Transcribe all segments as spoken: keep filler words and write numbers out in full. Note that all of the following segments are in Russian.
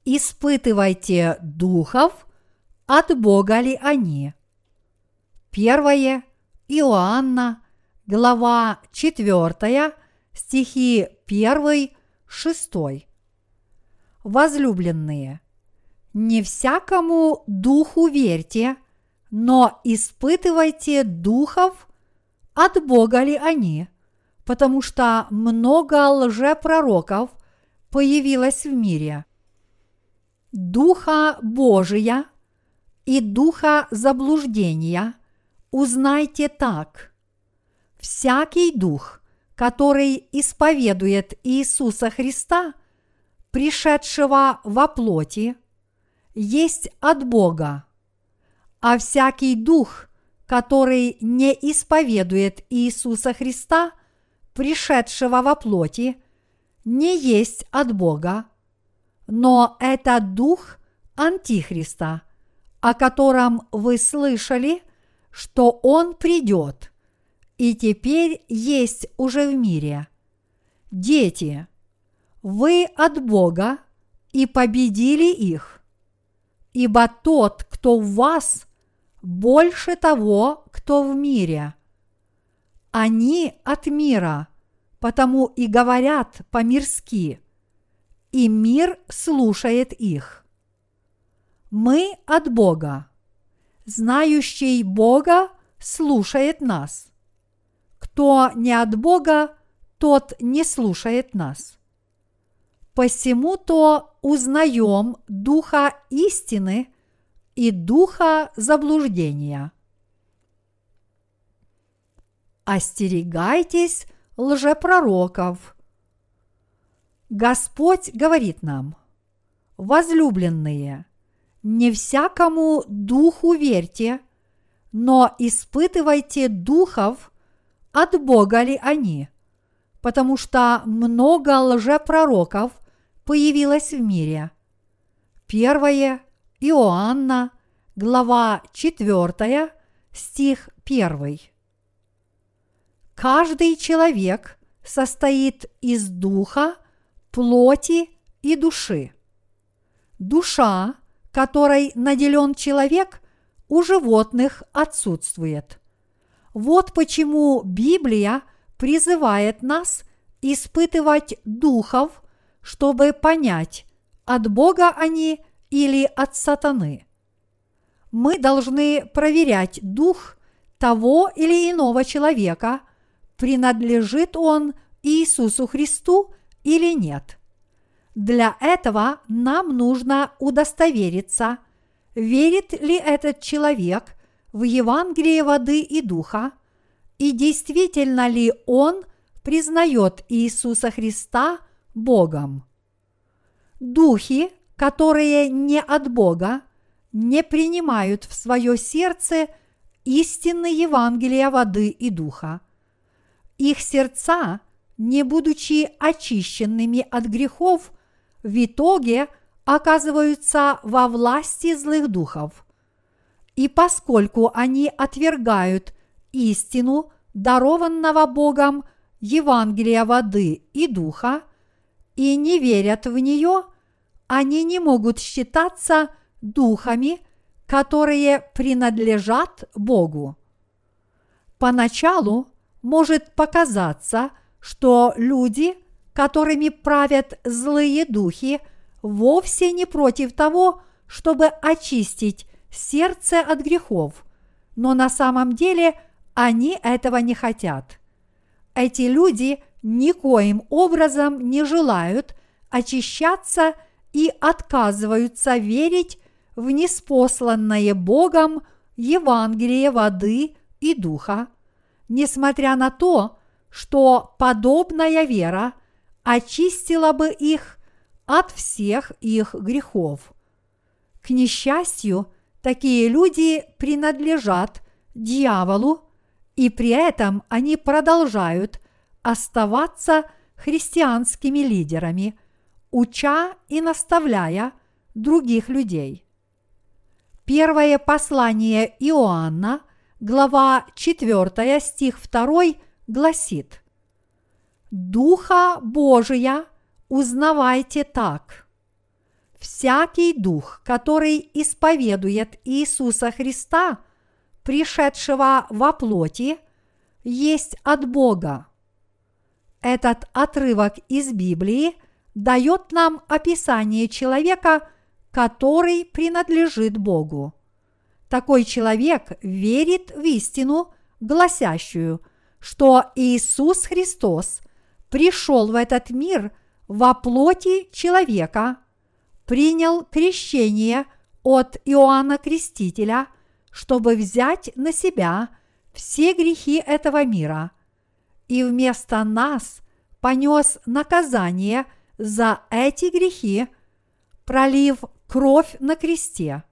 испытывайте духов, от Бога ли они. Первое Иоанна, глава четвёртая, стихи первый, шестой. Возлюбленные, не всякому духу верьте, но испытывайте духов, от Бога ли они, потому что много лжепророков появилось в мире. Духа Божия и духа заблуждения узнайте так. Всякий дух, который исповедует Иисуса Христа, пришедшего во плоти, есть от Бога, а всякий дух, который не исповедует Иисуса Христа, пришедшего во плоти, не есть от Бога, но это дух Антихриста, о котором вы слышали, что он придет, и теперь есть уже в мире. Дети, вы от Бога и победили их, ибо тот, кто в вас, больше того, кто в мире. Они от мира, потому и говорят по-мирски, и мир слушает их. Мы от Бога. Знающий Бога слушает нас. Кто не от Бога, тот не слушает нас. Посему-то узнаем духа истины и духа заблуждения. Остерегайтесь лжепророков. Господь говорит нам: возлюбленные, не всякому духу верьте, но испытывайте духов, от Бога ли они, потому что много лжепророков появилось в мире. Первое Иоанна, глава четвёртая, стих первый. Каждый человек состоит из духа, плоти и души. Душа, которой наделен человек, у животных отсутствует. Вот почему Библия призывает нас испытывать духов, чтобы понять, от Бога они или от сатаны. Мы должны проверять дух того или иного человека, принадлежит он Иисусу Христу или нет. Для этого нам нужно удостовериться, верит ли этот человек в Евангелие воды и духа, и действительно ли он признает Иисуса Христа Богом. Духи, которые не от Бога, не принимают в свое сердце истины Евангелия воды и духа. Их сердца, не будучи очищенными от грехов, в итоге оказываются во власти злых духов. И поскольку они отвергают истину, дарованного Богом Евангелия воды и духа, и не верят в нее, они не могут считаться духами, которые принадлежат Богу. Поначалу может показаться, что люди, которыми правят злые духи, вовсе не против того, чтобы очистить сердце от грехов, но на самом деле они этого не хотят. Эти люди никоим образом не желают очищаться и отказываются верить в ниспосланное Богом Евангелие воды и духа, несмотря на то, что подобная вера очистила бы их от всех их грехов. К несчастью, такие люди принадлежат дьяволу, и при этом они продолжают оставаться христианскими лидерами, уча и наставляя других людей. Первое послание Иоанна, глава четвёртая, стих второй, гласит: «Духа Божия узнавайте так. всякий дух, который исповедует Иисуса Христа, пришедшего во плоти, есть от Бога. Этот отрывок из Библии дает нам описание человека, который принадлежит Богу. Такой человек верит в истину, гласящую, что Иисус Христос пришел в этот мир во плоти человека, принял крещение от Иоанна Крестителя, чтобы взять на себя все грехи этого мира, и вместо нас понес наказание за эти грехи, пролив кровь на кресте.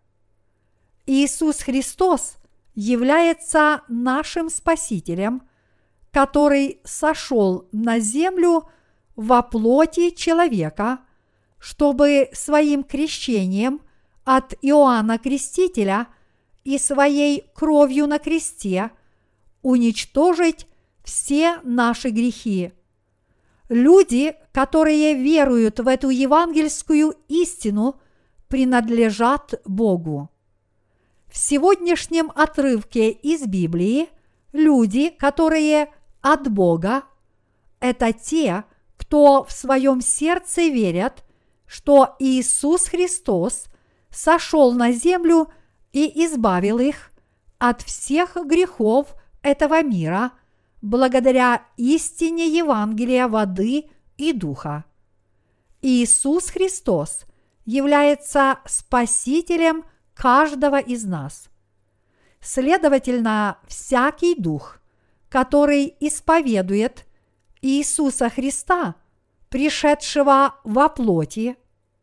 Иисус Христос является нашим Спасителем, который сошел на землю во плоти человека, чтобы своим крещением от Иоанна Крестителя и своей кровью на кресте уничтожить все наши грехи. Люди, которые веруют в эту евангельскую истину, принадлежат Богу. В сегодняшнем отрывке из Библии люди, которые от Бога, это те, кто в своем сердце верят, что Иисус Христос сошел на землю и избавил их от всех грехов этого мира благодаря истине Евангелия воды и духа. Иисус Христос является Спасителем каждого из нас. Следовательно, всякий дух, который исповедует Иисуса Христа, пришедшего во плоти,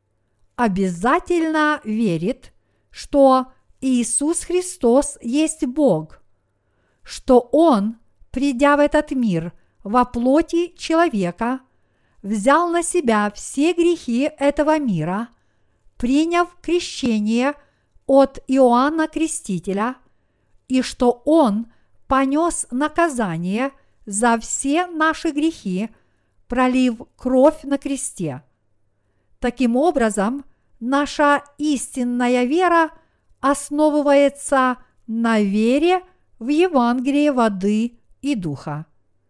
обязательно верит, что Иисус Христос есть Бог, что Он, придя в этот мир во плоти человека, взял на себя все грехи этого мира, приняв крещение от Иоанна Крестителя, и что Он понес наказание за все наши грехи, пролив кровь на кресте. Таким образом, наша истинная вера основывается на вере в Евангелие воды и духа.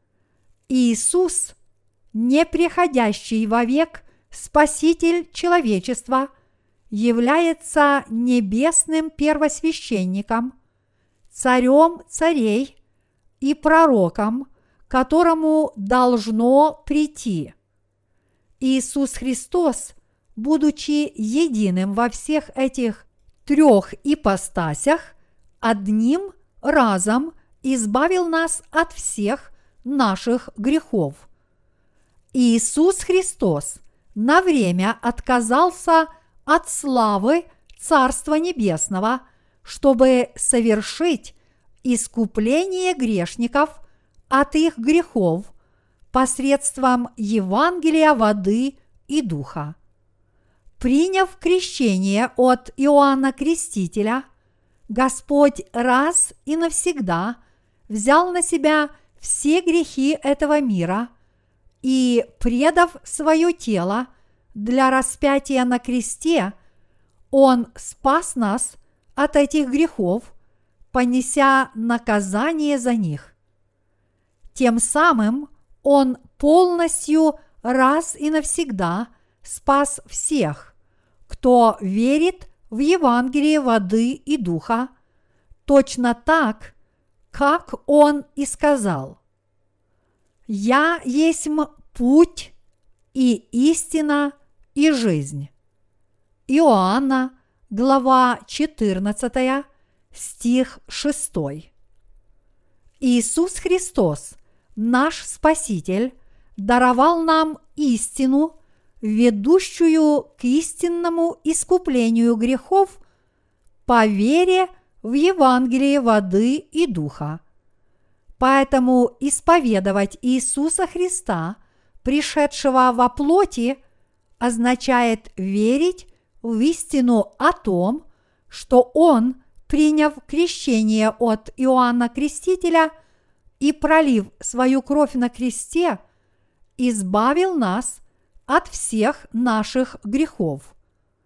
Иисус, неприходящий вовек Спаситель человечества, является небесным первосвященником, царем царей и пророком, которому должно прийти. Иисус Христос, будучи единым во всех этих трех ипостасях, одним разом избавил нас от всех наших грехов. Иисус Христос на время отказался от славы Царства Небесного, чтобы совершить искупление грешников от их грехов посредством Евангелия воды и духа. Приняв крещение от Иоанна Крестителя, Господь раз и навсегда взял на себя все грехи этого мира и, предав свое тело для распятия на кресте, Он спас нас от этих грехов, понеся наказание за них. Тем самым Он полностью раз и навсегда спас всех, кто верит в Евангелие воды и духа, точно так, как Он и сказал: «Я есть путь и истина и жизнь». Иоанна, глава четырнадцатая, стих шестой. Иисус Христос, наш Спаситель, даровал нам истину, ведущую к истинному искуплению грехов по вере в Евангелие воды и духа. Поэтому исповедовать Иисуса Христа, пришедшего во плоти, означает верить в истину о том, что Он, приняв крещение от Иоанна Крестителя и пролив свою кровь на кресте, избавил нас от всех наших грехов.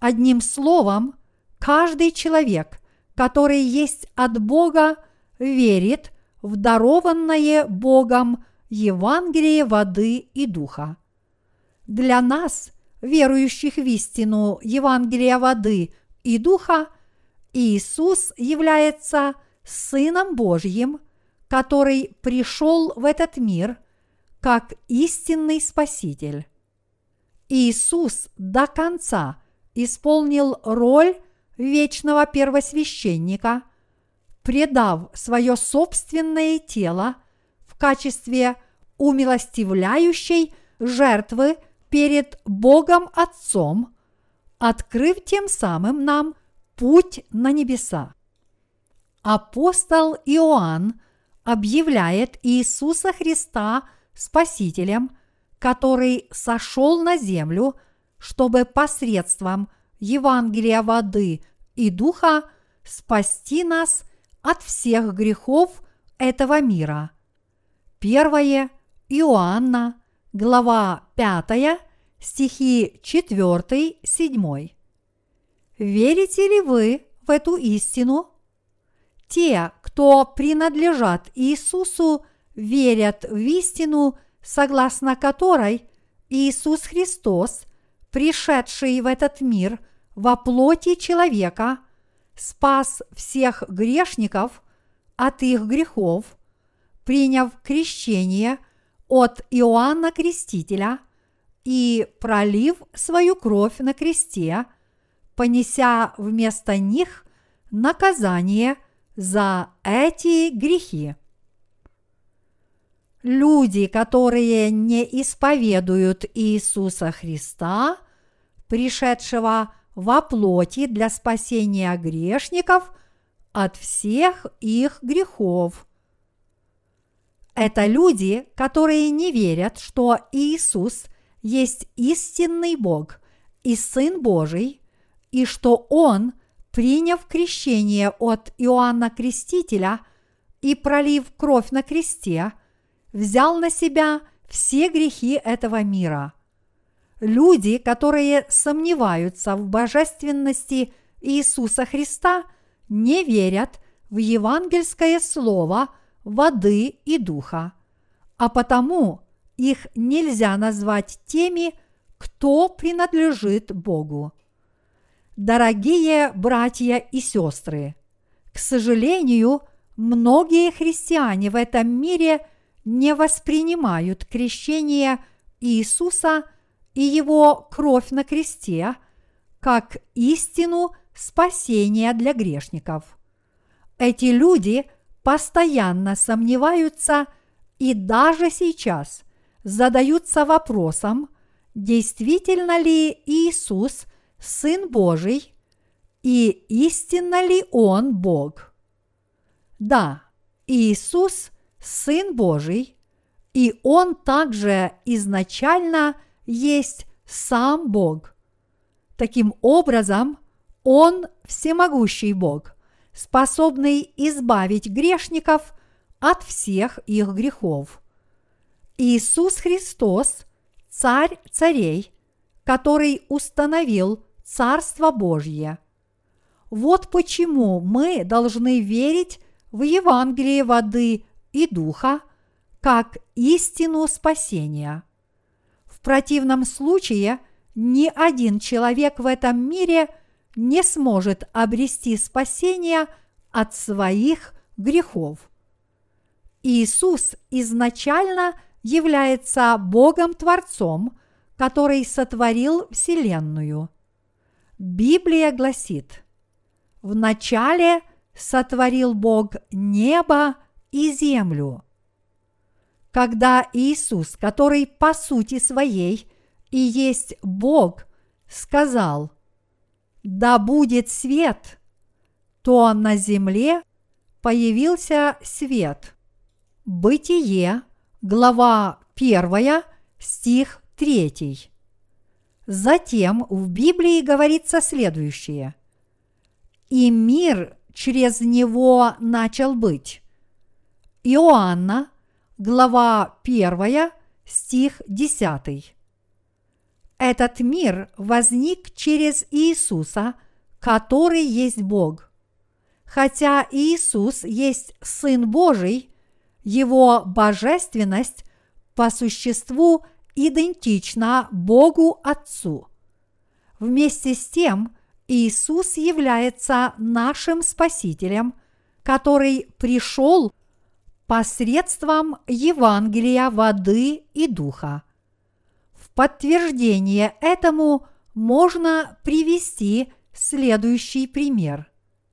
Одним словом, каждый человек, который есть от Бога, верит в дарованное Богом Евангелие воды и духа. Для нас, верующих в истину Евангелия воды и духа, Иисус является Сыном Божьим, который пришел в этот мир как истинный Спаситель. Иисус до конца исполнил роль вечного первосвященника, предав свое собственное тело в качестве умилостивляющей жертвы перед Богом Отцом, открыв тем самым нам путь на небеса. Апостол Иоанн объявляет Иисуса Христа Спасителем, который сошел на землю, чтобы посредством Евангелия воды и духа спасти нас от всех грехов этого мира. Первое Иоанна, глава пятая, стихи четыре-семь. Верите ли вы в эту истину? Те, кто принадлежат Иисусу, верят в истину, согласно которой Иисус Христос, пришедший в этот мир во плоти человека, спас всех грешников от их грехов, приняв крещение от Иоанна Крестителя и пролив свою кровь на кресте, понеся вместо них наказание за эти грехи. Люди, которые не исповедуют Иисуса Христа, пришедшего во плоти для спасения грешников от всех их грехов. Это люди, которые не верят, что Иисус есть истинный Бог и Сын Божий, и что Он, приняв крещение от Иоанна Крестителя и пролив кровь на кресте, взял на себя все грехи этого мира. Люди, которые сомневаются в божественности Иисуса Христа, не верят в евангельское слово воды и духа, а потому их нельзя назвать теми, кто принадлежит Богу. Дорогие братья и сестры, к сожалению, многие христиане в этом мире не воспринимают крещение Иисуса и Его кровь на кресте как истину спасения для грешников. Эти люди постоянно сомневаются и даже сейчас задаются вопросом, действительно ли Иисус Сын Божий и истинно ли Он Бог. Да, Иисус Сын Божий, и Он также изначально есть сам Бог. Таким образом, Он всемогущий Бог, способный избавить грешников от всех их грехов. Иисус Христос – Царь царей, который установил Царство Божье. Вот почему мы должны верить в Евангелие воды и духа как истину спасения. В противном случае ни один человек в этом мире не сможет обрести спасение от своих грехов. Иисус изначально является Богом-творцом, который сотворил Вселенную. Библия гласит: «Вначале сотворил Бог небо и землю». Когда Иисус, который по сути своей и есть Бог, сказал: «Да будет свет», то на земле появился свет. Бытие, глава первая, стих третий. Затем в Библии говорится следующее: «И мир через него начал быть». Иоанна, глава первая, стих десятый. Этот мир возник через Иисуса, который есть Бог. Хотя Иисус есть Сын Божий, Его божественность по существу идентична Богу Отцу. Вместе с тем Иисус является нашим Спасителем, который пришел посредством Евангелия воды и духа. В подтверждение этому можно привести следующий пример.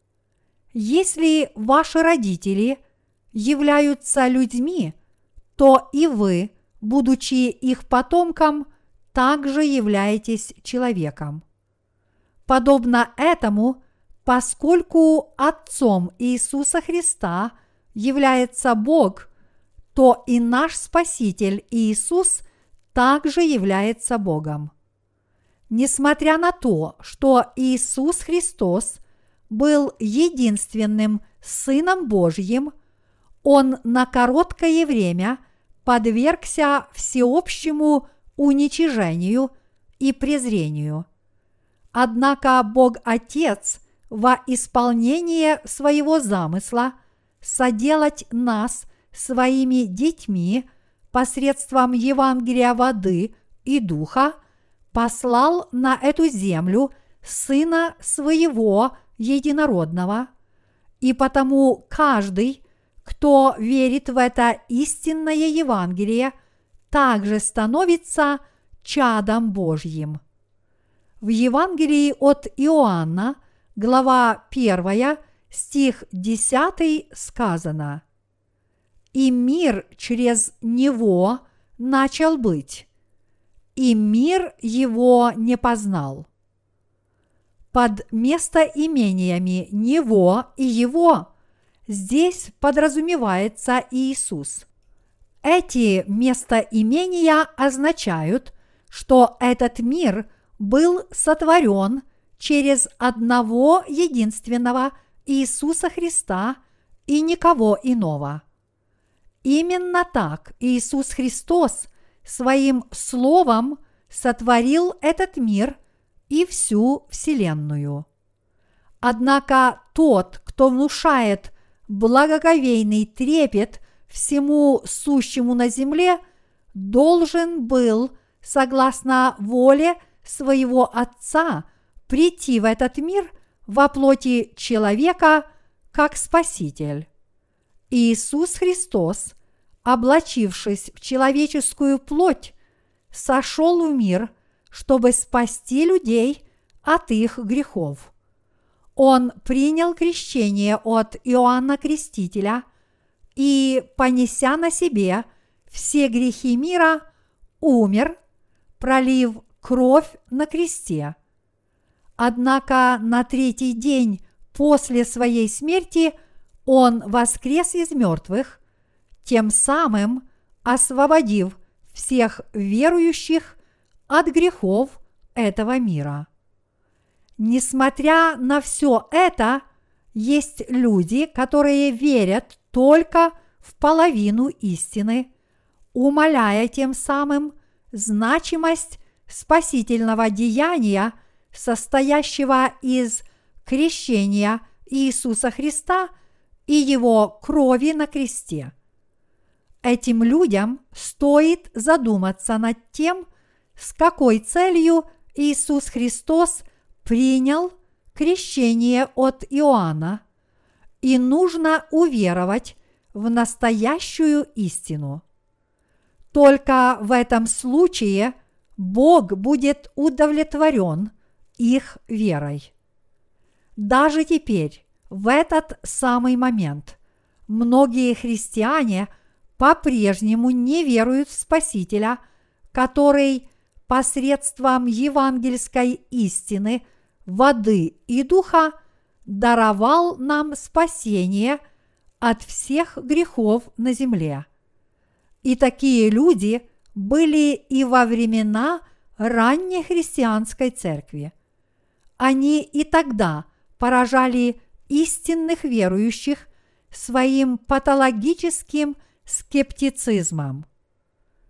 Если ваши родители являются людьми, то и вы, будучи их потомком, также являетесь человеком. Подобно этому, поскольку Отцом Иисуса Христа является Бог, то и наш Спаситель Иисус также является Богом. Несмотря на то, что Иисус Христос был единственным Сыном Божьим, Он на короткое время подвергся всеобщему уничижению и презрению. Однако Бог Отец во исполнение своего замысла соделать нас своими детьми посредством Евангелия воды и духа послал на эту землю Сына Своего Единородного, и потому каждый, кто верит в это истинное Евангелие, также становится чадом Божьим. В Евангелии от Иоанна, глава первая, стих десятый сказано: «И мир через Него начал быть, и мир Его не познал». Под местоимениями «Него» и «Его» здесь подразумевается Иисус. Эти местоимения означают, что этот мир был сотворен через одного единственного Иисуса Христа и никого иного. Именно так Иисус Христос своим Словом сотворил этот мир и всю Вселенную. Однако тот, кто внушает благоговейный трепет всему сущему на земле, должен был, согласно воле своего Отца, прийти в этот мир во плоти человека как Спаситель. Иисус Христос, облачившись в человеческую плоть, сошел в мир, чтобы спасти людей от их грехов. Он принял крещение от Иоанна Крестителя и, понеся на себе все грехи мира, умер, пролив кровь на кресте. Однако на третий день после своей смерти Он воскрес из мертвых, тем самым освободив всех верующих от грехов этого мира. Несмотря на все это, есть люди, которые верят только в половину истины, умаляя тем самым значимость спасительного деяния, состоящего из крещения Иисуса Христа и Его крови на кресте. Этим людям стоит задуматься над тем, с какой целью Иисус Христос принял крещение от Иоанна, и нужно уверовать в настоящую истину. Только в этом случае Бог будет удовлетворен их верой. Даже теперь, в этот самый момент, многие христиане по-прежнему не веруют в Спасителя, который посредством евангельской истины, воды и духа даровал нам спасение от всех грехов на земле. И такие люди были и во времена ранней христианской церкви. Они и тогда поражали истинных верующих своим патологическим скептицизмом.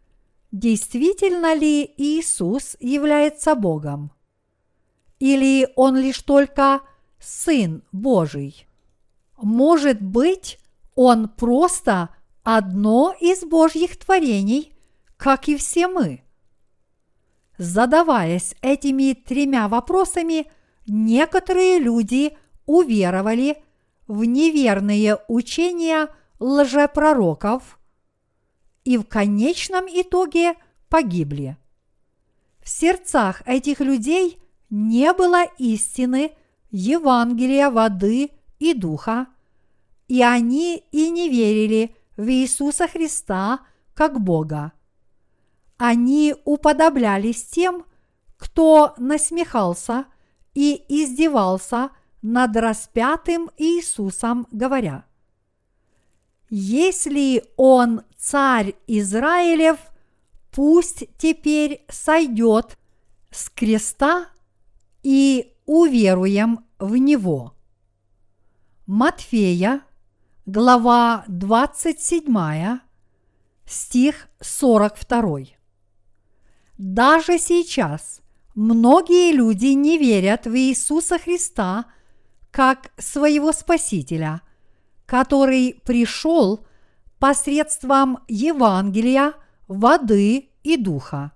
действительно ли Иисус является Богом? Или Он лишь только Сын Божий? Может быть, Он просто одно из Божьих творений, как и все мы? Задаваясь этими тремя вопросами, некоторые люди уверовали в неверные учения лжепророков и в конечном итоге погибли. В сердцах этих людей не было истины Евангелия воды и духа, и они и не верили в Иисуса Христа как Бога. Они уподоблялись тем, кто насмехался и издевался над распятым Иисусом, говоря: «Если Он царь Израилев, пусть теперь сойдет с креста и уверуем в Него». Матфея, глава двадцать семь, стих сорок два. Даже сейчас многие люди не верят в Иисуса Христа как своего Спасителя, который пришел посредством Евангелия, воды и духа.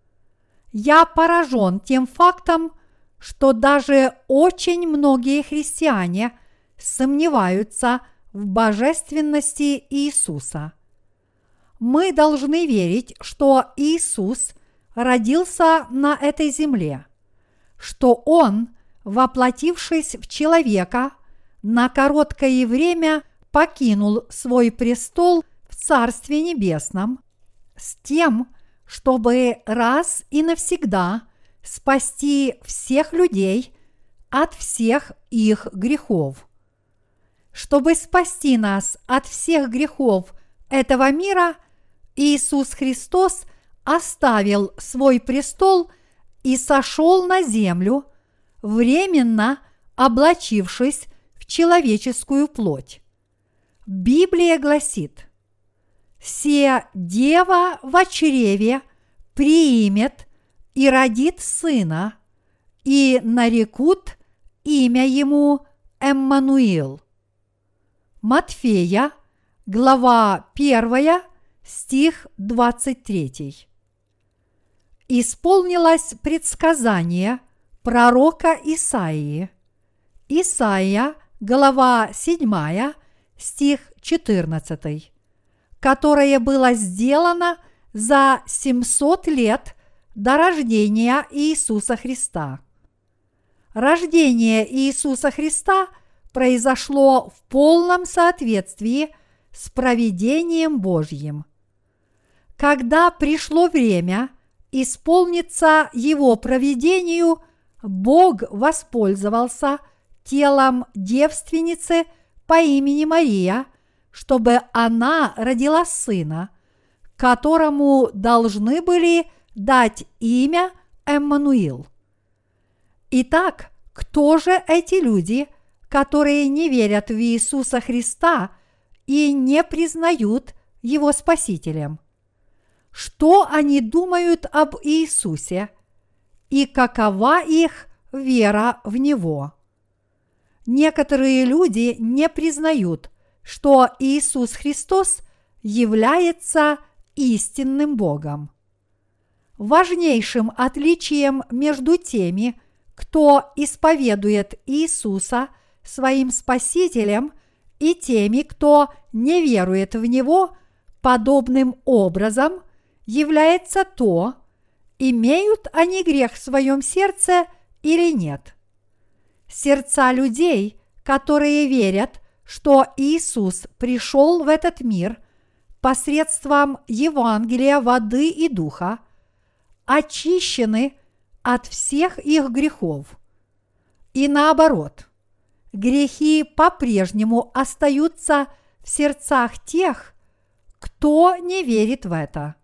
Я поражен тем фактом, что даже очень многие христиане сомневаются в божественности Иисуса. Мы должны верить, что Иисус родился на этой земле, что Он, воплотившись в человека, на короткое время покинул свой престол в Царстве Небесном с тем, чтобы раз и навсегда спасти всех людей от всех их грехов. Чтобы спасти нас от всех грехов этого мира, Иисус Христос оставил свой престол и сошел на землю, временно облачившись в человеческую плоть. Библия гласит: «Се дева во чреве приимет и родит сына, и нарекут имя ему Эммануил». Матфея, глава первая, стих двадцать три. Исполнилось предсказание пророка Исаии. Исаия, глава седьмая, стих четырнадцатый, которое было сделано за семьсот лет до рождения Иисуса Христа. Рождение Иисуса Христа произошло в полном соответствии с провидением Божьим. Когда пришло время исполниться Его провидению, Бог воспользовался телом девственницы по имени Мария, чтобы она родила сына, которому должны были дать имя Эммануил. Итак, кто же эти люди, которые не верят в Иисуса Христа и не признают Его Спасителем? Что они думают об Иисусе и какова их вера в Него? Некоторые люди не признают, что Иисус Христос является истинным Богом. Важнейшим отличием между теми, кто исповедует Иисуса своим Спасителем, и теми, кто не верует в Него подобным образом, является то, имеют они грех в своем сердце или нет. Сердца людей, которые верят, что Иисус пришел в этот мир посредством Евангелия воды и духа, очищены от всех их грехов. И наоборот, грехи по-прежнему остаются в сердцах тех, кто не верит в это.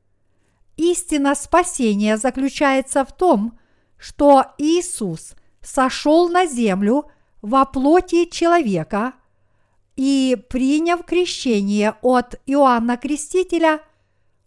Истина спасения заключается в том, что Иисус сошел на землю во плоти человека и, приняв крещение от Иоанна Крестителя,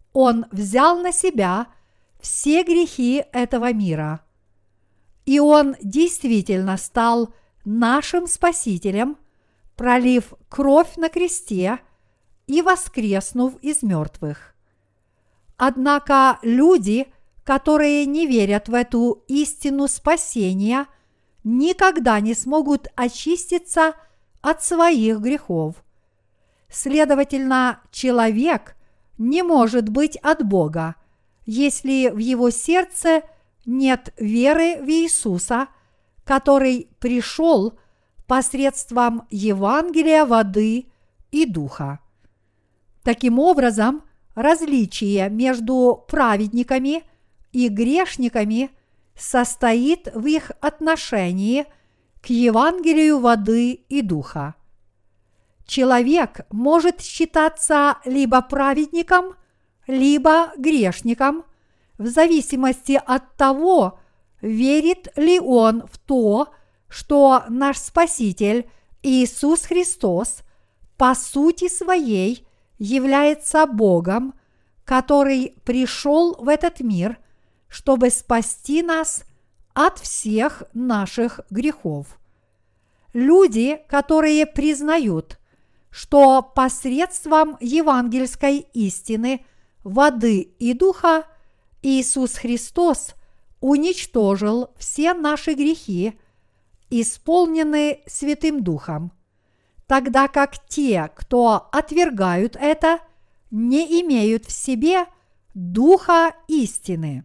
Он взял на себя все грехи этого мира. И Он действительно стал нашим Спасителем, пролив кровь на кресте и воскреснув из мертвых. Однако люди, которые не верят в эту истину спасения, никогда не смогут очиститься от своих грехов. Следовательно, человек не может быть от Бога, если в его сердце нет веры в Иисуса, который пришел посредством Евангелия воды и духа. Таким образом, различие между праведниками и грешниками состоит в их отношении к Евангелию воды и духа. Человек может считаться либо праведником, либо грешником, в зависимости от того, верит ли он в то, что наш Спаситель Иисус Христос по сути своей является Богом, который пришел в этот мир, чтобы спасти нас от всех наших грехов. Люди, которые признают, что посредством евангельской истины, воды и духа Иисус Христос уничтожил все наши грехи, исполнены Святым Духом, тогда как те, кто отвергают это, не имеют в себе Духа истины.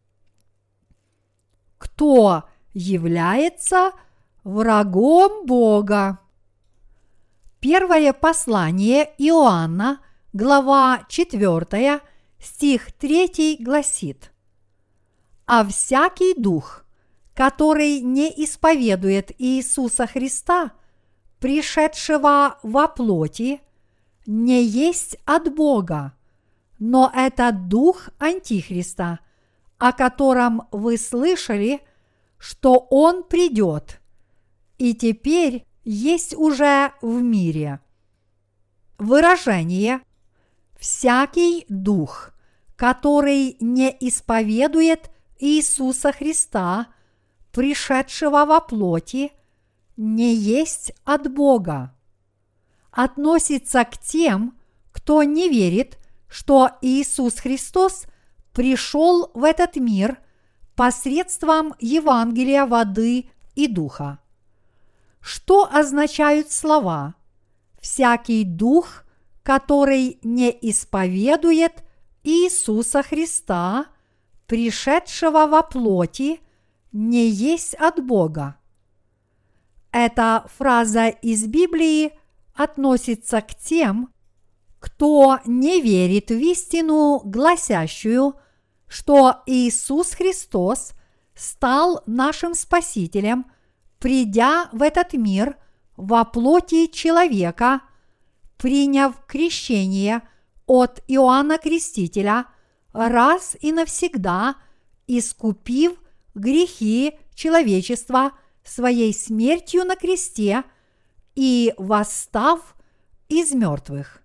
Кто является врагом Бога? Первое послание Иоанна, глава четвёртая, стих третий гласит: «А всякий дух, который не исповедует Иисуса Христа, пришедшего во плоти, не есть от Бога, но это дух Антихриста, о котором вы слышали, что он придет, и теперь есть уже в мире». Выражение «всякий дух, который не исповедует Иисуса Христа, пришедшего во плоти, не есть от Бога» относится к тем, кто не верит, что Иисус Христос пришел в этот мир посредством Евангелия воды и духа. Что означают слова «всякий дух, который не исповедует Иисуса Христа, пришедшего во плоти, не есть от Бога»? Эта фраза из Библии относится к тем, кто не верит в истину, гласящую, что Иисус Христос стал нашим Спасителем, придя в этот мир во плоти человека, приняв крещение от Иоанна Крестителя, раз и навсегда искупив грехи человечества своей смертью на кресте и восстав из мертвых.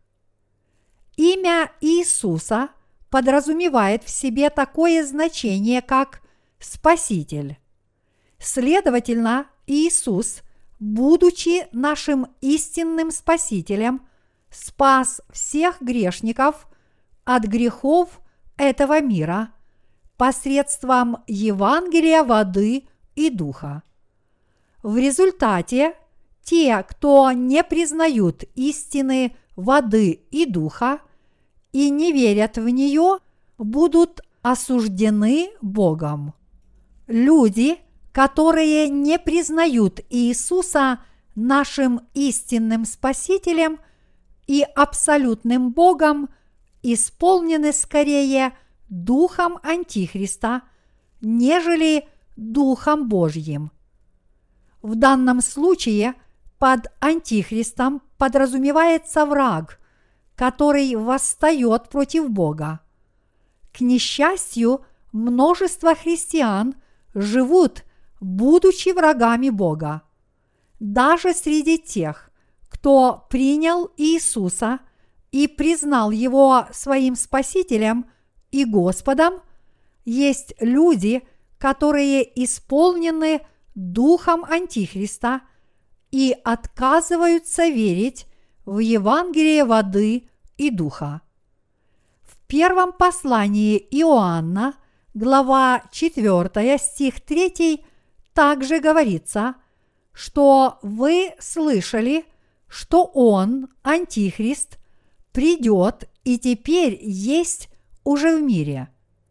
Имя Иисуса подразумевает в себе такое значение, как Спаситель. Следовательно, Иисус, будучи нашим истинным Спасителем, спас всех грешников от грехов этого мира посредством Евангелия воды и духа. В результате те, кто не признают истины воды и духа и не верят в нее, будут осуждены Богом. Люди, которые не признают Иисуса нашим истинным Спасителем и абсолютным Богом, исполнены скорее духом Антихриста, нежели Духом Божьим. В данном случае под Антихристом подразумевается враг, который восстает против Бога. К несчастью, множество христиан живут, будучи врагами Бога. Даже среди тех, кто принял Иисуса и признал Его своим Спасителем и Господом, есть люди, которые исполнены духом Антихриста и отказываются верить в Евангелие воды и духа. В первом послании Иоанна, глава четвёртая, стих третий, также говорится, что вы слышали, что он, Антихрист, придет и теперь есть уже в мире.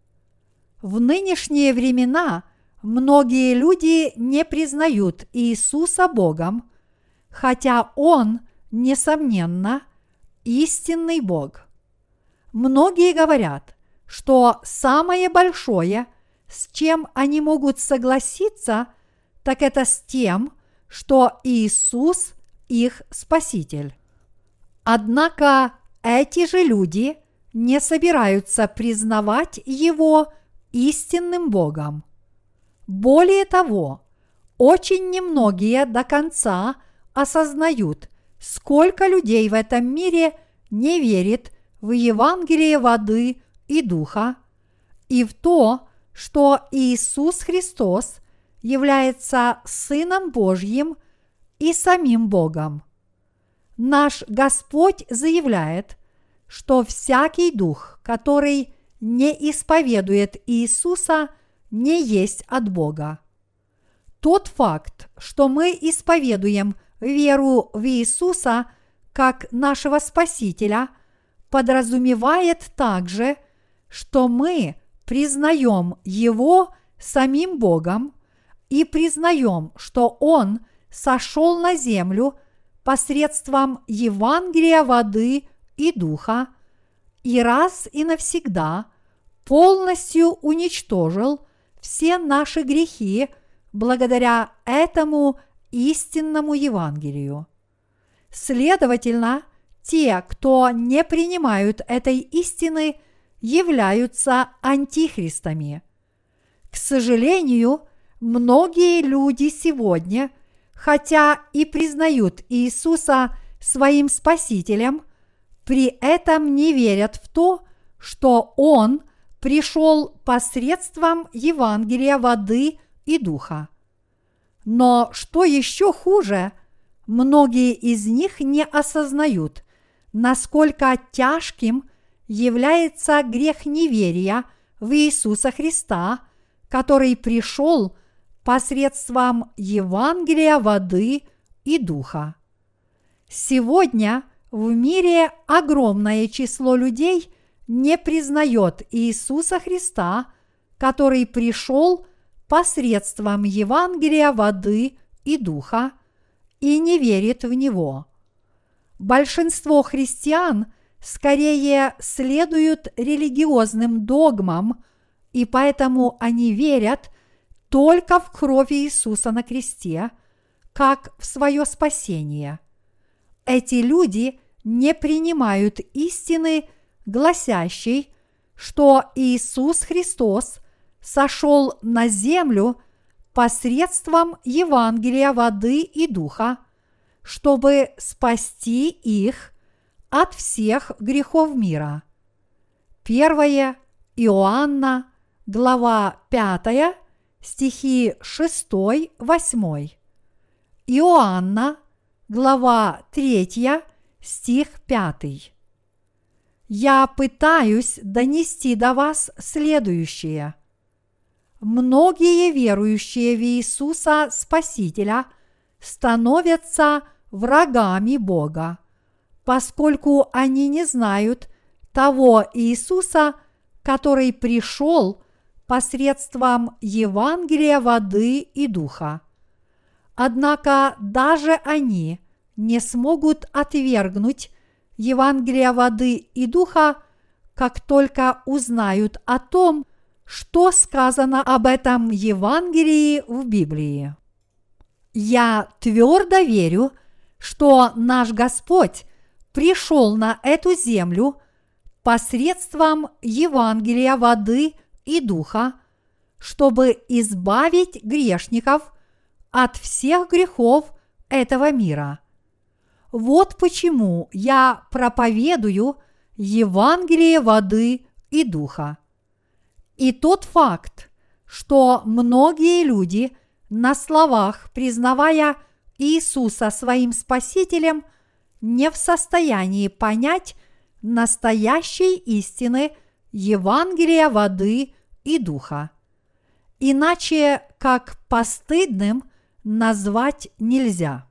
В нынешние времена многие люди не признают Иисуса Богом, хотя Он, несомненно, истинный Бог. Многие говорят, что самое большое, с чем они могут согласиться, так это с тем, что Иисус их Спаситель. Однако эти же люди не собираются признавать Его истинным Богом. Более того, очень немногие до конца осознают, сколько людей в этом мире не верит в Евангелие воды и духа и в то, что Иисус Христос является Сыном Божьим и самим Богом. Наш Господь заявляет, что всякий дух, который не исповедует Иисуса, не есть от Бога. Тот факт, что мы исповедуем веру в Иисуса как нашего Спасителя, подразумевает также, что мы признаем Его самим Богом и признаем, что Он сошел на землю посредством Евангелия воды и духа и раз и навсегда полностью уничтожил все наши грехи благодаря этому истинному Евангелию. Следовательно, те, кто не принимают этой истины, являются антихристами. К сожалению, многие люди сегодня, хотя и признают Иисуса своим Спасителем, при этом не верят в то, что Он пришел посредством Евангелия воды и духа. Но что еще хуже, многие из них не осознают, насколько тяжким является грех неверия в Иисуса Христа, который пришел посредством Евангелия воды и духа. Сегодня в мире огромное число людей не признает Иисуса Христа, который пришел посредством Евангелия воды и духа, и не верит в Него. Большинство христиан скорее следуют религиозным догмам, и поэтому они верят только в кровь Иисуса на кресте, как в свое спасение. Эти люди не принимают истины, гласящей, что Иисус Христос сошел на землю посредством Евангелия воды и духа, чтобы спасти их от всех грехов мира. первое Иоанна, глава пятая, стихи шестой-восьмой. Иоанна, глава третья, стих пятый. Я пытаюсь донести до вас следующее. Многие верующие в Иисуса Спасителя становятся врагами Бога, поскольку они не знают того Иисуса, который пришел посредством Евангелия воды и духа. Однако даже они не смогут отвергнуть Евангелие воды и духа, как только узнают о том, что сказано об этом Евангелии в Библии. Я твердо верю, что наш Господь пришел на эту землю посредством Евангелия воды и духа, чтобы избавить грешников от всех грехов этого мира. Вот почему я проповедую Евангелие воды и духа. И тот факт, что многие люди, на словах признавая Иисуса своим Спасителем, не в состоянии понять настоящей истины Евангелия воды и духа. Иначе как постыдным назвать нельзя.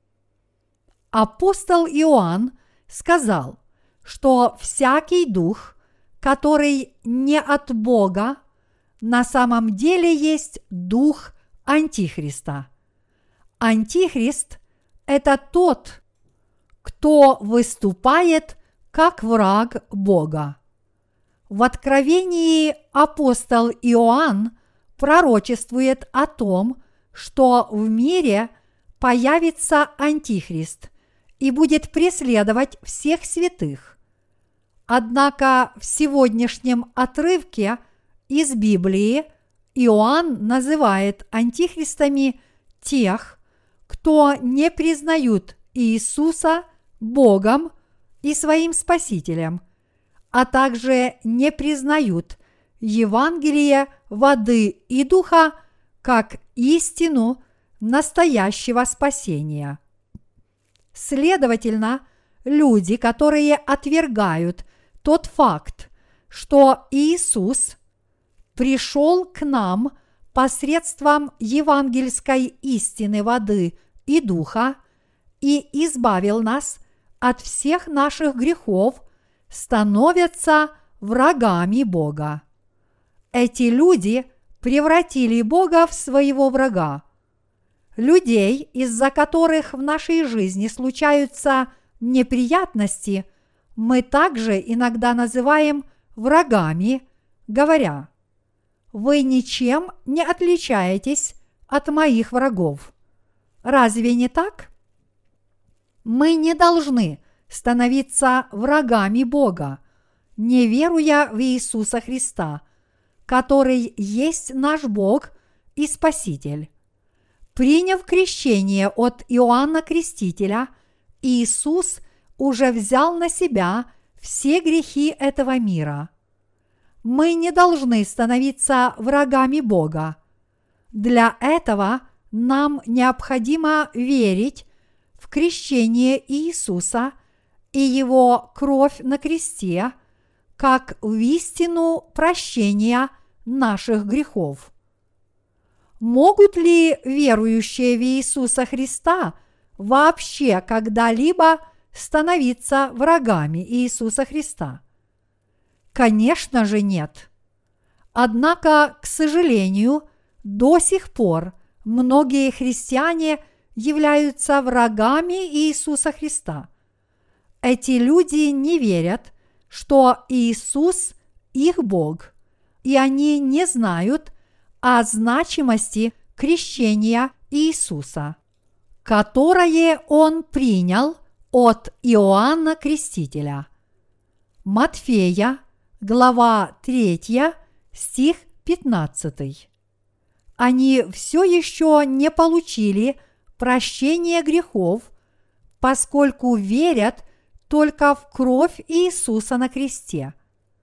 Апостол Иоанн сказал, что всякий дух, который не от Бога, на самом деле есть дух Антихриста. Антихрист – это тот, кто выступает как враг Бога. В Откровении апостол Иоанн пророчествует о том, что в мире появится Антихрист и будет преследовать всех святых. Однако в сегодняшнем отрывке из Библии Иоанн называет антихристами тех, кто не признают Иисуса Богом и своим Спасителем, а также не признают Евангелие воды и духа как истину настоящего спасения. Следовательно, люди, которые отвергают тот факт, что Иисус пришел к нам посредством евангельской истины воды и духа и избавил нас от всех наших грехов, становятся врагами Бога. Эти люди превратили Бога в своего врага. Людей, из-за которых в нашей жизни случаются неприятности, мы также иногда называем врагами, говоря: «Вы ничем не отличаетесь от моих врагов». Разве не так? Мы не должны становиться врагами Бога, не веруя в Иисуса Христа, который есть наш Бог и Спаситель. Приняв крещение от Иоанна Крестителя, Иисус уже взял на себя все грехи этого мира. Мы не должны становиться врагами Бога. Для этого нам необходимо верить в крещение Иисуса и Его кровь на кресте, как в истину прощения наших грехов. Могут ли верующие в Иисуса Христа вообще когда-либо становиться врагами Иисуса Христа? Конечно же нет. Однако, к сожалению, до сих пор многие христиане являются врагами Иисуса Христа. Эти люди не верят, что Иисус их Бог, и они не знают о значимости крещения Иисуса, которое Он принял от Иоанна Крестителя. Матфея, глава третья, стих пятнадцатый. Они все еще не получили прощения грехов, поскольку верят только в кровь Иисуса на кресте.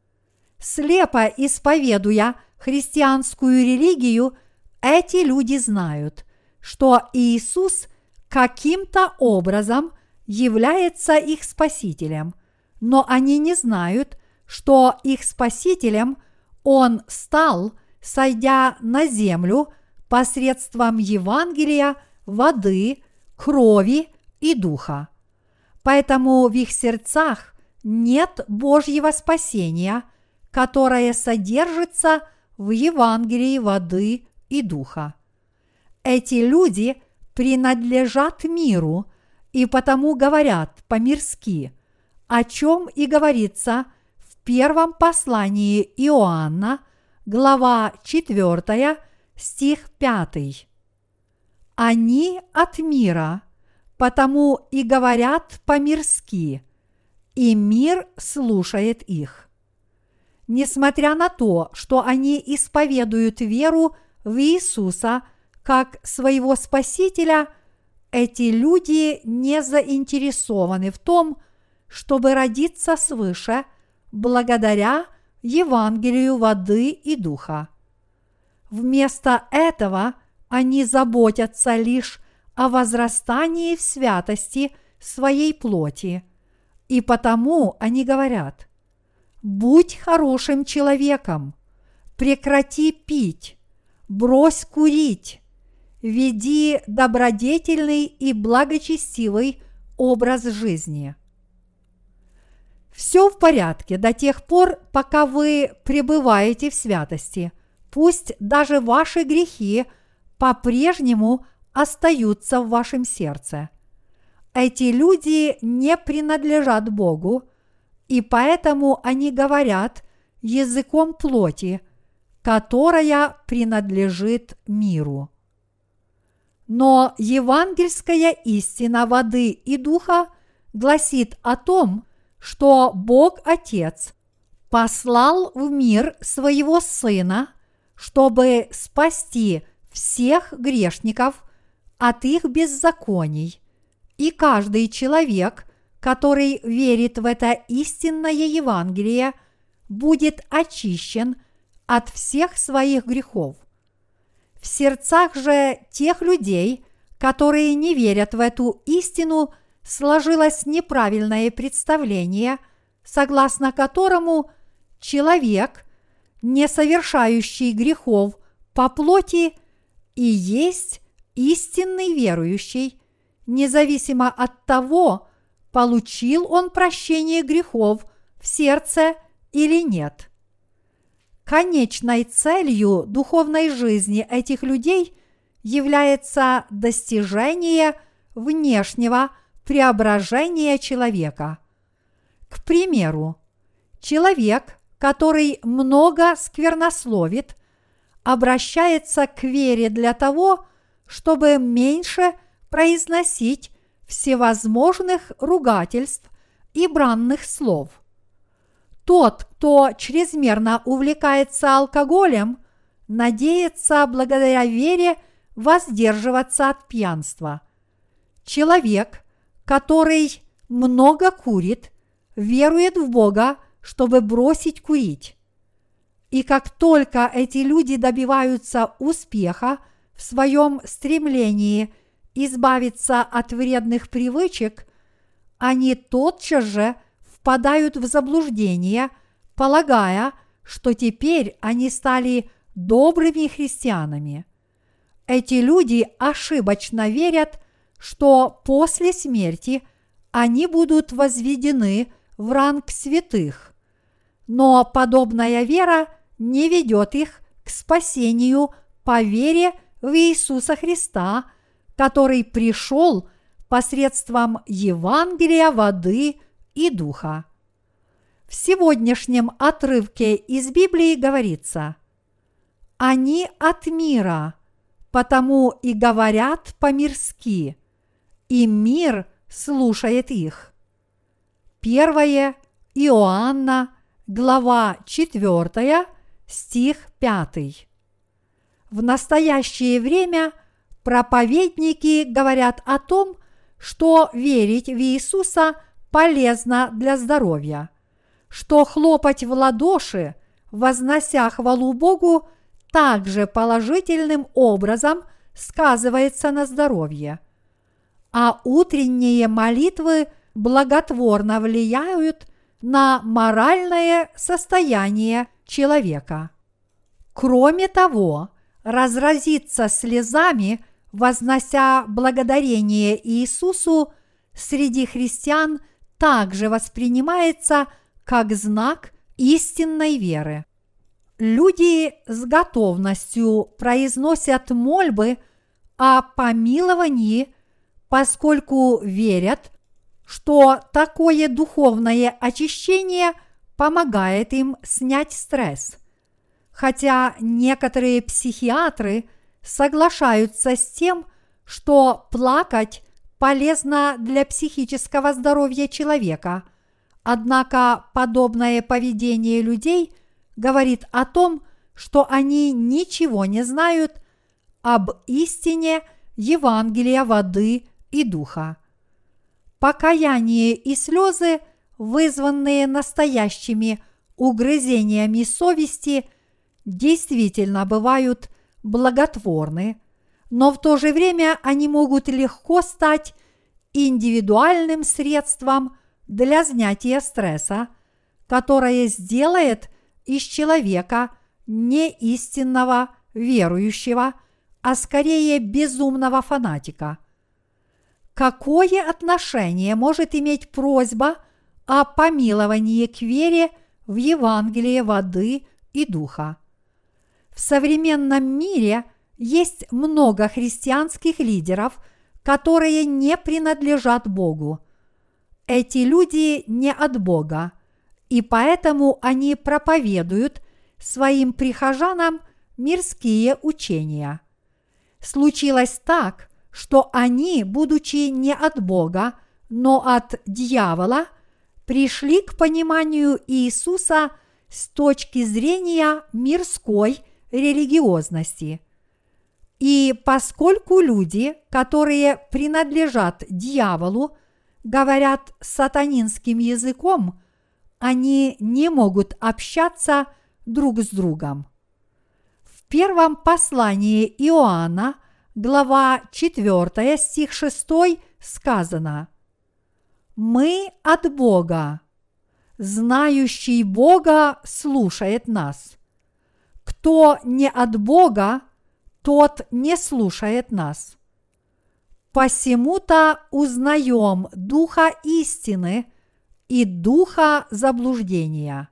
Слепо исповедуя христианскую религию, эти люди знают, что Иисус каким-то образом является их Спасителем, но они не знают, что их Спасителем Он стал, сойдя на землю посредством Евангелия, воды, крови и духа. Поэтому в их сердцах нет Божьего спасения, которое содержится в Евангелии воды и духа. Эти люди принадлежат миру и потому говорят по-мирски, о чем и говорится в первом послании Иоанна, глава четвёртая, стих пятый. Они от мира, потому и говорят по-мирски, и мир слушает их. Несмотря на то, что они исповедуют веру в Иисуса как своего Спасителя, эти люди не заинтересованы в том, чтобы родиться свыше благодаря Евангелию воды и духа. Вместо этого они заботятся лишь о возрастании в святости своей плоти, и потому они говорят: «Будь хорошим человеком, прекрати пить, брось курить, веди добродетельный и благочестивый образ жизни». Все в порядке до тех пор, пока вы пребываете в святости. Пусть даже ваши грехи по-прежнему остаются в вашем сердце. Эти люди не принадлежат Богу, и поэтому они говорят языком плоти, которая принадлежит миру. Но евангельская истина воды и духа гласит о том, что Бог Отец послал в мир своего Сына, чтобы спасти всех грешников от их беззаконий, и каждый человек, который верит в это истинное Евангелие, будет очищен от всех своих грехов. В сердцах же тех людей, которые не верят в эту истину, сложилось неправильное представление, согласно которому человек, не совершающий грехов по плоти, и есть истинный верующий, независимо от того, получил он прощение грехов в сердце или нет. Конечной целью духовной жизни этих людей является достижение внешнего преображения человека. К примеру, человек, который много сквернословит, обращается к вере для того, чтобы меньше произносить всевозможных ругательств и бранных слов. Тот, кто чрезмерно увлекается алкоголем, надеется благодаря вере воздерживаться от пьянства. Человек, который много курит, верует в Бога, чтобы бросить курить. И как только эти люди добиваются успеха в своем стремлении избавиться от вредных привычек, они тотчас же впадают в заблуждение, полагая, что теперь они стали добрыми христианами. Эти люди ошибочно верят, что после смерти они будут возведены в ранг святых, но подобная вера не ведет их к спасению по вере в Иисуса Христа, который пришел посредством Евангелия воды и духа. В сегодняшнем отрывке из Библии говорится: «Они от мира, потому и говорят по-мирски, и мир слушает их». Первое Иоанна, глава четвёртая, стих пятый. В настоящее время проповедники говорят о том, что верить в Иисуса полезно для здоровья, что хлопать в ладоши, вознося хвалу Богу, также положительным образом сказывается на здоровье, а утренние молитвы благотворно влияют на моральное состояние человека. Кроме того, разразиться слезами, вознося благодарение Иисусу, среди христиан также воспринимается как знак истинной веры. Люди с готовностью произносят мольбы о помиловании, поскольку верят, что такое духовное очищение помогает им снять стресс. Хотя некоторые психиатры соглашаются с тем, что плакать полезно для психического здоровья человека, однако подобное поведение людей говорит о том, что они ничего не знают об истине Евангелия воды и духа. Покаяние и слезы, вызванные настоящими угрызениями совести, действительно бывают благотворны, но в то же время они могут легко стать индивидуальным средством для снятия стресса, которое сделает из человека не истинного верующего, а скорее безумного фанатика. Какое отношение может иметь просьба о помиловании к вере в Евангелие воды и духа? В современном мире есть много христианских лидеров, которые не принадлежат Богу. Эти люди не от Бога, и поэтому они проповедуют своим прихожанам мирские учения. Случилось так, что они, будучи не от Бога, но от дьявола, пришли к пониманию Иисуса с точки зрения мирской религиозности. И поскольку люди, которые принадлежат дьяволу, говорят сатанинским языком, они не могут общаться друг с другом. В первом послании Иоанна, глава четвёртая, стих шестой, сказано: «Мы от Бога, знающий Бога слушает нас. Кто не от Бога, тот не слушает нас. Посему-то узнаем духа истины и духа заблуждения».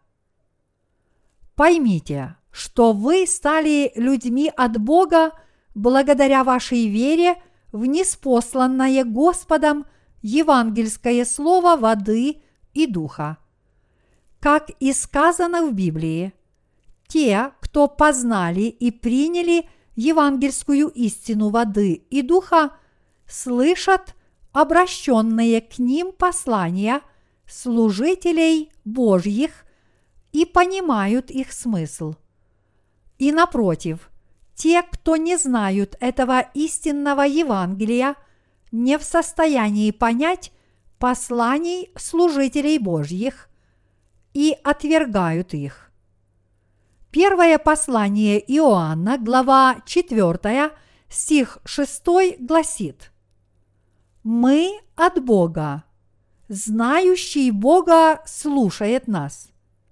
Поймите, что вы стали людьми от Бога благодаря вашей вере в ниспосланное Господом евангельское слово воды и духа. Как и сказано в Библии, те, кто познали и приняли евангельскую истину воды и духа, слышат обращенные к ним послания служителей Божьих и понимают их смысл. И напротив, те, кто не знают этого истинного Евангелия, не в состоянии понять посланий служителей Божьих и отвергают их. Первое послание Иоанна, глава четвёртая, стих шестой гласит: «Мы от Бога, знающий Бога слушает нас».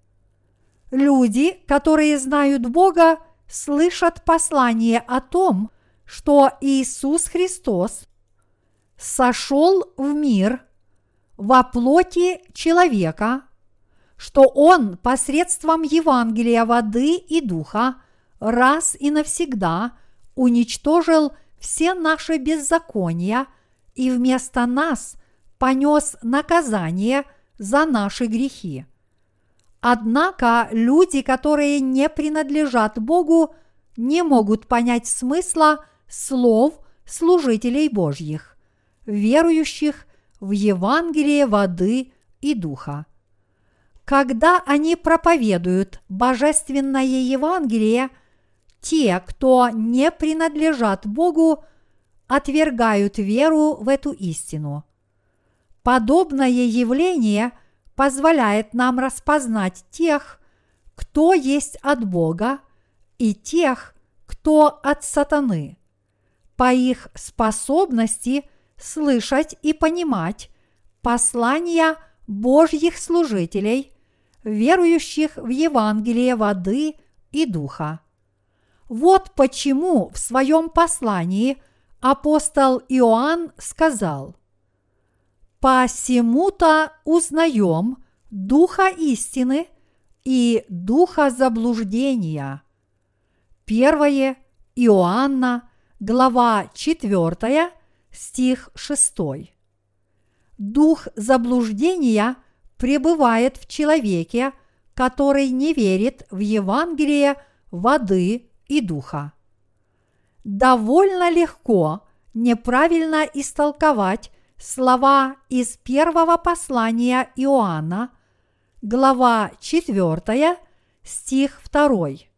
Люди, которые знают Бога, слышат послание о том, что Иисус Христос сошел в мир во плоти человека, что Он посредством Евангелия воды и духа раз и навсегда уничтожил все наши беззакония и вместо нас понес наказание за наши грехи. Однако люди, которые не принадлежат Богу, не могут понять смысла слов служителей Божьих, верующих в Евангелие воды и духа. Когда они проповедуют божественное Евангелие, те, кто не принадлежат Богу, отвергают веру в эту истину. Подобное явление позволяет нам распознать тех, кто есть от Бога, и тех, кто от сатаны, по их способности слышать и понимать послания Божьих служителей, верующих в Евангелие воды и духа. Вот почему в своем послании апостол Иоанн сказал: «Посему-то узнаем духа истины и духа заблуждения». Первое Иоанна, глава четвёртая, стих шестой. Дух заблуждения пребывает в человеке, который не верит в Евангелие воды и духа. Довольно легко неправильно истолковать слова из первого послания Иоанна, глава четвёртая, стих второй.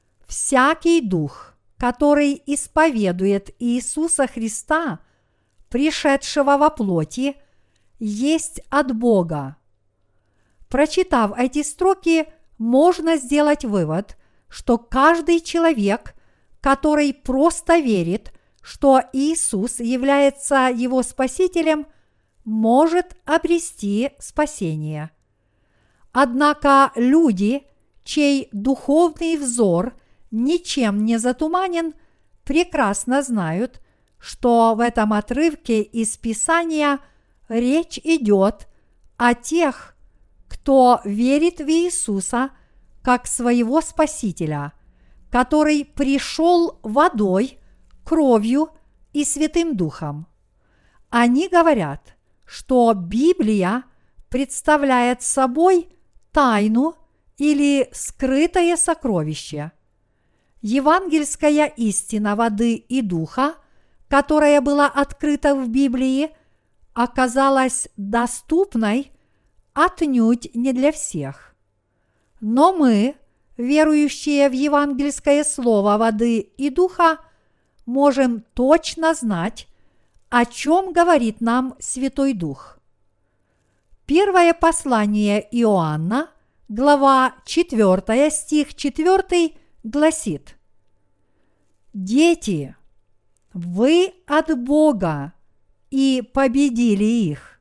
«Всякий дух, который исповедует Иисуса Христа, пришедшего во плоти, есть от Бога. Прочитав эти строки, можно сделать вывод, что каждый человек, который просто верит, что Иисус является его Спасителем, может обрести спасение. Однако люди, чей духовный взор ничем не затуманен, прекрасно знают, что в этом отрывке из Писания речь идет о тех, кто верит в Иисуса как своего Спасителя, который пришел водой, кровью и Святым Духом. Они говорят, что Библия представляет собой тайну или скрытое сокровище. Евангельская истина воды и духа, которая была открыта в Библии, оказалась доступной отнюдь не для всех. Но мы, верующие в евангельское слово воды и духа, можем точно знать, о чем говорит нам Святой Дух. Первое послание Иоанна, глава четвёртая, стих четвёртый, гласит: «Дети, вы от Бога и победили их».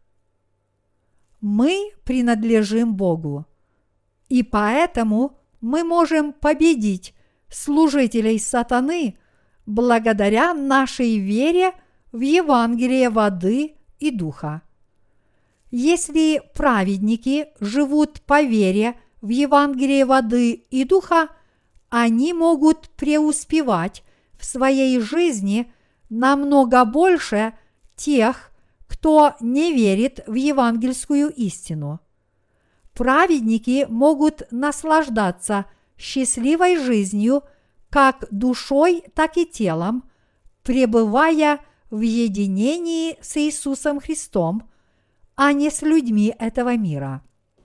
Мы принадлежим Богу, и поэтому мы можем победить служителей сатаны благодаря нашей вере в Евангелие воды и духа. Если праведники живут по вере в Евангелие воды и духа, они могут преуспевать в своей жизни намного больше тех, кто не верит в евангельскую истину. Праведники могут наслаждаться счастливой жизнью как душой, так и телом, пребывая в единении с Иисусом Христом, а не с людьми этого мира.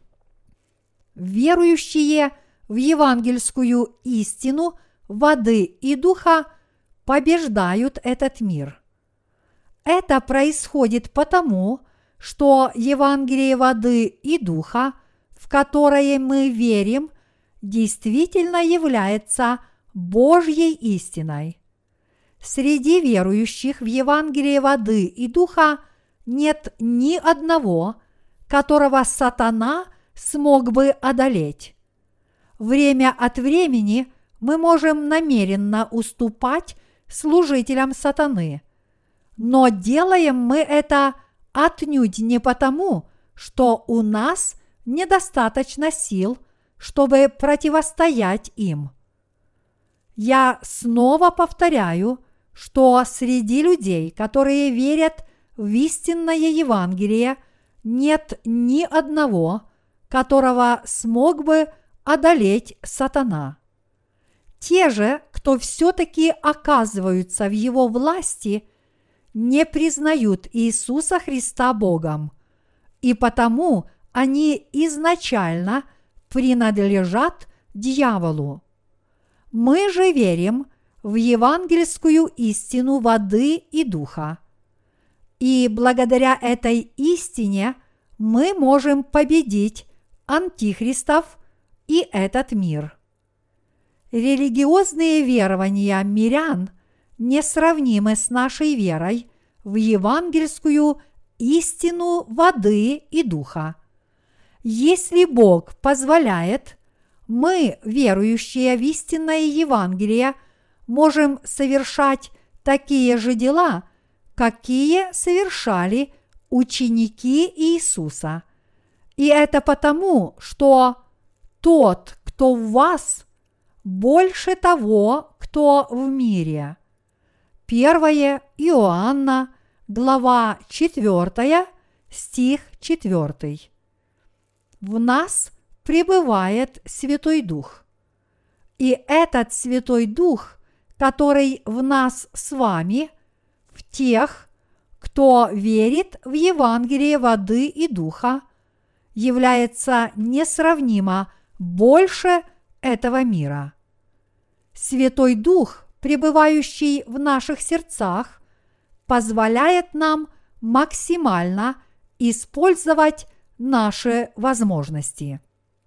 Верующие в евангельскую истину воды и духа побеждают этот мир. Это происходит потому, что Евангелие воды и духа, в которое мы верим, действительно является Божьей истиной. Среди верующих в Евангелие воды и духа нет ни одного, которого сатана смог бы одолеть. Время от времени мы можем намеренно уступать служителям сатаны, но делаем мы это отнюдь не потому, что у нас недостаточно сил, чтобы противостоять им. Я снова повторяю, что среди людей, которые верят в истинное Евангелие, нет ни одного, которого смог бы одолеть сатана. Те же, кто все-таки оказываются в его власти, не признают Иисуса Христа Богом, и потому они изначально принадлежат дьяволу. Мы же верим в евангельскую истину воды и духа. И благодаря этой истине мы можем победить антихристов и этот мир. Религиозные верования мирян несравнимы с нашей верой в евангельскую истину воды и духа. Если Бог позволяет, мы, верующие в истинное Евангелие, можем совершать такие же дела, какие совершали ученики Иисуса. И это потому, что тот, кто в вас, больше того, кто в мире. Первое Иоанна, глава четвёртая, стих четвёртый. В нас пребывает Святой Дух. И этот Святой Дух, который в нас с вами, в тех, кто верит в Евангелие воды и духа, является несравнимо больше этого мира. Святой Дух, пребывающий в наших сердцах, позволяет нам максимально использовать наши возможности.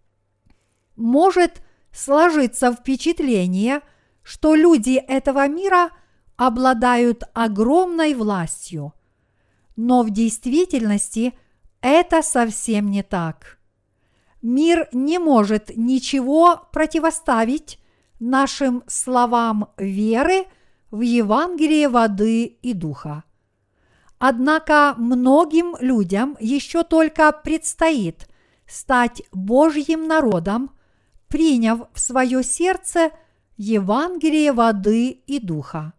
Может сложиться впечатление, что люди этого мира обладают огромной властью, но в действительности это совсем не так. Мир не может ничего противоставить нашим словам веры в Евангелие воды и духа. Однако многим людям еще только предстоит стать Божьим народом, приняв в свое сердце Евангелие воды и духа.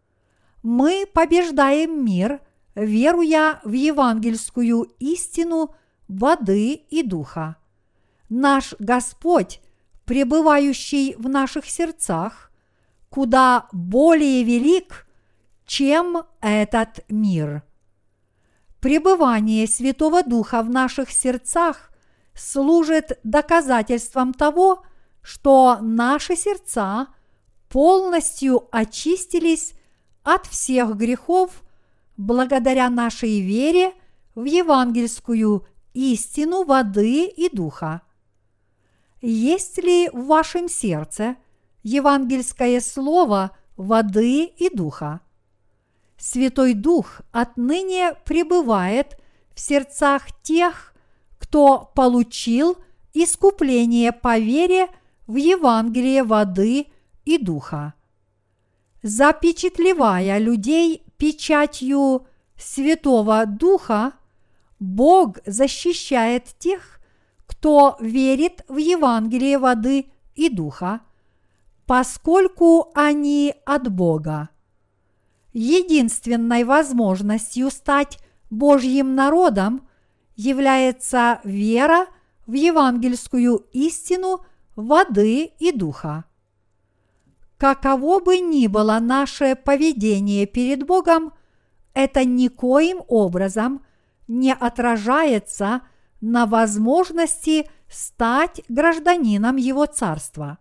Мы побеждаем мир, веруя в евангельскую истину воды и духа. Наш Господь, пребывающий в наших сердцах, куда более велик, чем этот мир. Пребывание Святого Духа в наших сердцах служит доказательством того, что наши сердца полностью очистились от всех грехов благодаря нашей вере в евангельскую истину воды и духа. Есть ли в вашем сердце евангельское слово воды и духа? Святой Дух отныне пребывает в сердцах тех, кто получил искупление по вере в Евангелие воды и духа. Запечатлевая людей печатью Святого Духа, Бог защищает тех, кто верит в Евангелие воды и духа, поскольку они от Бога. Единственной возможностью стать Божьим народом является вера в евангельскую истину воды и духа. Каково бы ни было наше поведение перед Богом, это никоим образом не отражается на возможности стать гражданином Его Царства.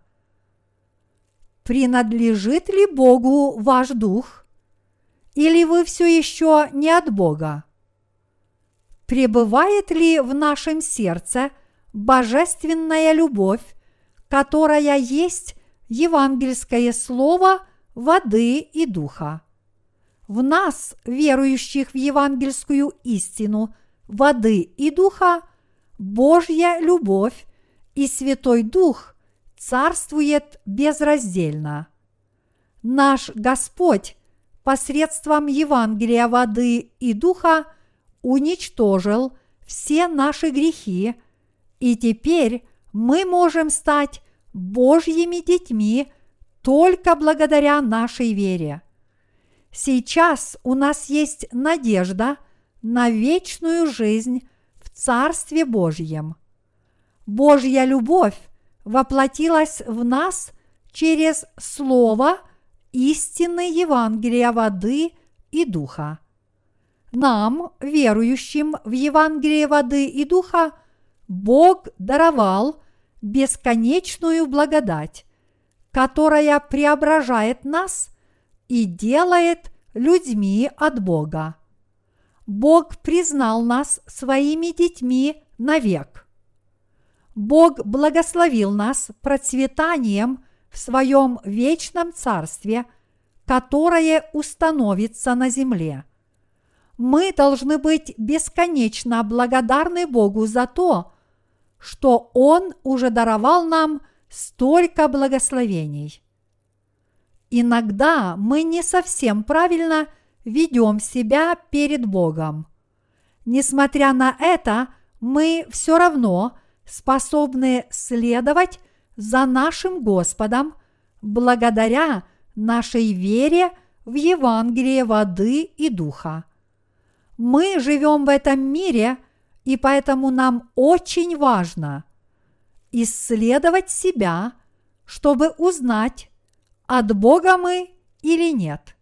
Принадлежит ли Богу ваш дух? Или вы все еще не от Бога? Пребывает ли в нашем сердце божественная любовь, которая есть евангельское слово воды и духа? В нас, верующих в евангельскую истину воды и духа, Божья любовь и Святой Дух царствует безраздельно. Наш Господь посредством Евангелия воды и духа уничтожил все наши грехи, и теперь мы можем стать Божьими детьми только благодаря нашей вере. Сейчас у нас есть надежда на вечную жизнь в Царстве Божьем. Божья любовь воплотилась в нас через Слово истины Евангелия воды и духа. Нам, верующим в Евангелие воды и духа, Бог даровал бесконечную благодать, которая преображает нас и делает людьми от Бога. Бог признал нас своими детьми навек. Бог благословил нас процветанием в своем вечном царстве, которое установится на земле. Мы должны быть бесконечно благодарны Богу за то, что Он уже даровал нам столько благословений. Иногда мы не совсем правильно ведем себя перед Богом. Несмотря на это, мы все равно способны следовать за нашим Господом благодаря нашей вере в Евангелие воды и духа. Мы живем в этом мире, и поэтому нам очень важно исследовать себя, чтобы узнать, от Бога мы или нет.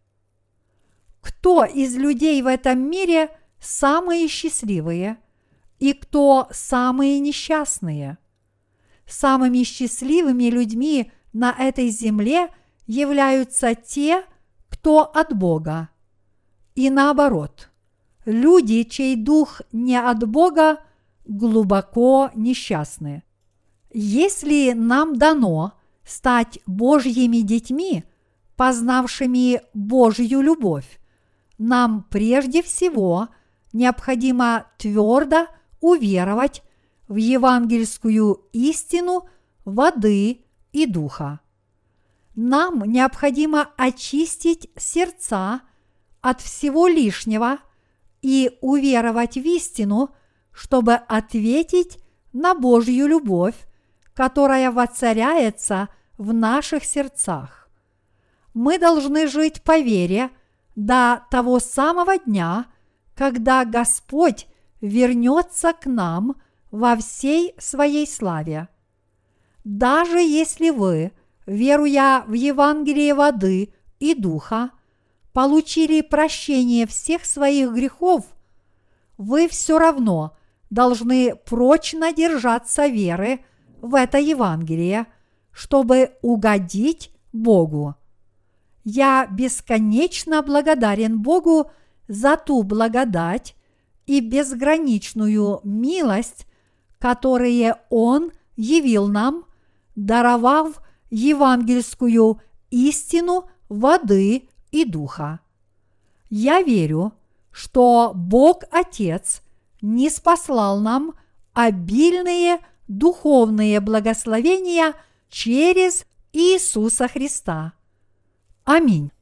Кто из людей в этом мире самые счастливые и кто самые несчастные? Самыми счастливыми людьми на этой земле являются те, кто от Бога. И наоборот, люди, чей дух не от Бога, глубоко несчастны. Если нам дано стать Божьими детьми, познавшими Божью любовь, нам прежде всего необходимо твердо уверовать в евангельскую истину воды и духа. Нам необходимо очистить сердца от всего лишнего и уверовать в истину, чтобы ответить на Божью любовь, которая воцаряется в наших сердцах. Мы должны жить по вере до того самого дня, когда Господь вернется к нам во всей своей славе. Даже если вы, веруя в Евангелие воды и духа, получили прощение всех своих грехов, вы все равно должны прочно держаться веры в это Евангелие, чтобы угодить Богу. Я бесконечно благодарен Богу за ту благодать и безграничную милость, которые Он явил нам, даровав евангельскую истину воды и духа. Я верю, что Бог Отец ниспослал нам обильные духовные благословения через Иисуса Христа. Аминь.